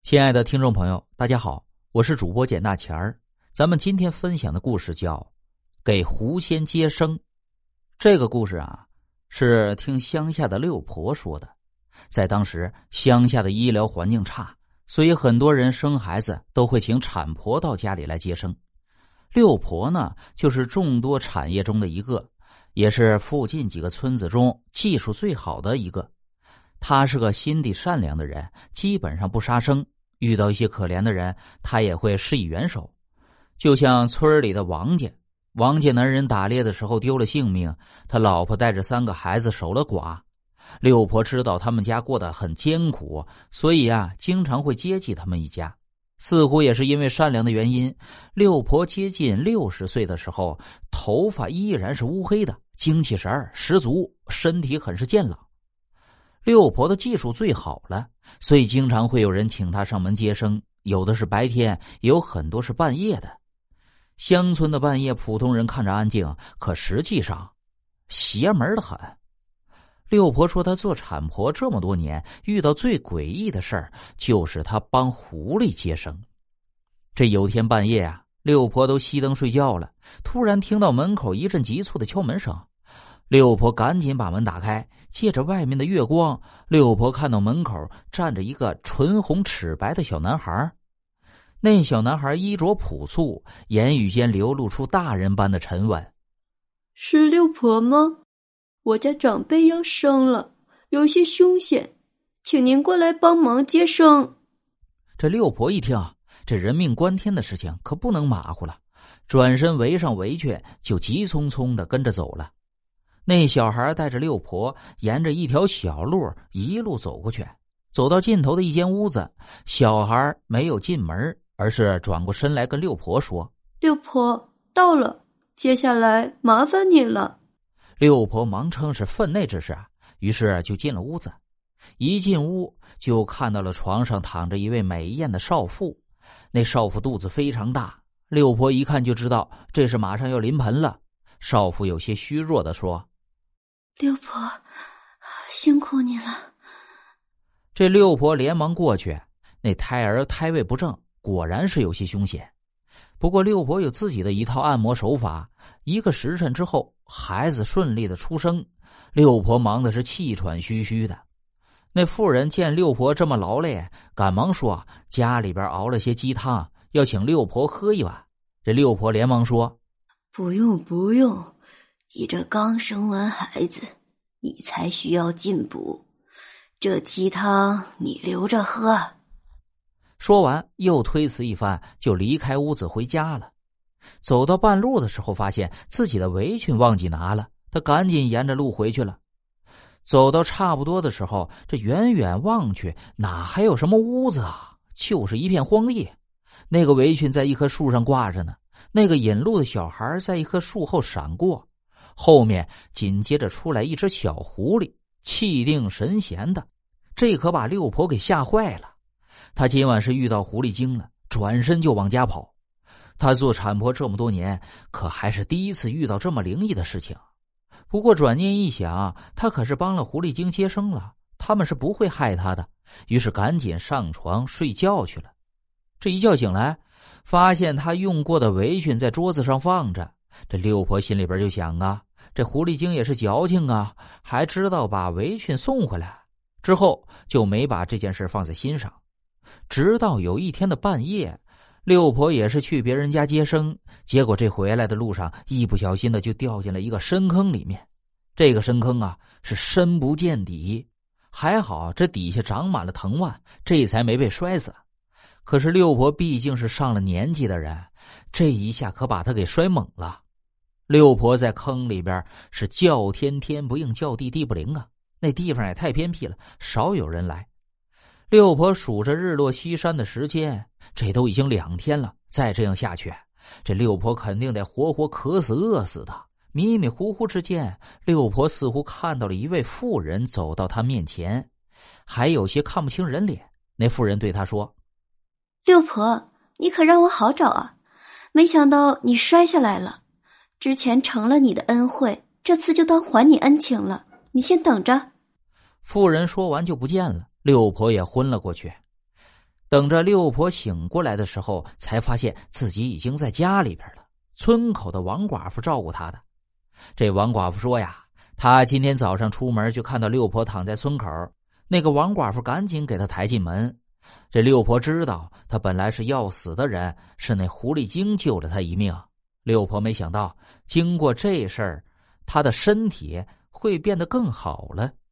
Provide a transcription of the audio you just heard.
亲爱的听众朋友，大家好，我是主播简大钱儿。咱们今天分享的故事叫《给狐仙接生》。这个故事啊，是听乡下的六婆说的。在当时，乡下的医疗环境差，所以很多人生孩子都会请产婆到家里来接生。六婆呢，就是众多产业中的一个，也是附近几个村子中技术最好的一个。他是个心地善良的人，基本上不杀生。遇到一些可怜的人，他也会施以援手。就像村里的王家男人打猎的时候丢了性命，他老婆带着3个孩子守了寡。六婆知道他们家过得很艰苦，所以经常会接济他们一家。似乎也是因为善良的原因，六婆接近60岁的时候，头发依然是乌黑的，精气神十足，身体很是健朗。六婆的技术最好了，所以经常会有人请她上门接生，有的是白天，也有很多是半夜的。乡村的半夜，普通人看着安静，可实际上邪门的很。六婆说，她做产婆这么多年，遇到最诡异的事儿，就是她帮狐狸接生。这有天半夜六婆都熄灯睡觉了，突然听到门口一阵急促的敲门声。六婆赶紧把门打开，借着外面的月光，六婆看到门口站着一个唇红齿白的小男孩。那小男孩衣着朴素，言语间流露出大人般的沉稳。 是六婆吗？我家长辈要生了，有些凶险，请您过来帮忙接生。 这六婆一听，这人命关天的事情可不能马虎了，转身围上围裙，就急匆匆地跟着走了。那小孩带着六婆沿着一条小路一路走过去，走到尽头的一间屋子，小孩没有进门，而是转过身来跟六婆说： 六婆，到了，接下来麻烦你了。 六婆忙称是分内之事，于是就进了屋子。一进屋就看到了床上躺着一位美艳的少妇，那少妇肚子非常大，六婆一看就知道这是马上要临盆了。少妇有些虚弱地说： 六婆，辛苦你了。 这六婆连忙过去，那胎儿胎位不正，果然是有些凶险。不过六婆有自己的一套按摩手法，1个时辰之后，孩子顺利的出生。六婆忙的是气喘吁吁的。那妇人见六婆这么劳累，赶忙说家里边熬了些鸡汤，要请六婆喝一碗。这六婆连忙说： 不用不用，你这刚生完孩子，你才需要进补，这鸡汤你留着喝。 说完又推辞一番，就离开屋子回家了。走到半路的时候，发现自己的围裙忘记拿了，他赶紧沿着路回去了。走到差不多的时候，这远远望去，哪还有什么屋子啊，就是一片荒地。那个围裙在一棵树上挂着呢，那个引路的小孩在一棵树后闪过，后面紧接着出来一只小狐狸，气定神闲的。这可把六婆给吓坏了。她今晚是遇到狐狸精了，转身就往家跑。她做产婆这么多年，可还是第一次遇到这么灵异的事情。不过转念一想，她可是帮了狐狸精接生了，他们是不会害她的，于是赶紧上床睡觉去了。这一觉醒来，发现她用过的围裙在桌子上放着。这六婆心里边就想这狐狸精也是矫情还知道把围裙送回来。之后就没把这件事放在心上。直到有一天的半夜，六婆也是去别人家接生，结果这回来的路上一不小心的就掉进了一个深坑里面。这个深坑是深不见底，还好这底下长满了藤蔓，这才没被摔死。可是六婆毕竟是上了年纪的人，这一下可把她给摔懵了。六婆在坑里边是叫天天不应，叫地地不灵那地方也太偏僻了，少有人来。六婆数着日落西山的时间，这都已经2天了，再这样下去，这六婆肯定得活活渴死饿死的。迷迷糊糊之间，六婆似乎看到了一位妇人走到她面前，还有些看不清人脸。那妇人对她说： 六婆，你可让我好找没想到你摔下来了，之前承了你的恩惠，这次就当还你恩情了，你先等着。 妇人说完就不见了，六婆也昏了过去。 等着六婆醒过来的时候，才发现自己已经在家里边了。村口的王寡妇照顾她的。这王寡妇说呀，她今天早上出门就看到六婆躺在村口，那个王寡妇赶紧给她抬进门。这六婆知道她本来是要死的人，是那狐狸精救了她一命。六婆没想到经过这事儿，她的身体会变得更好了。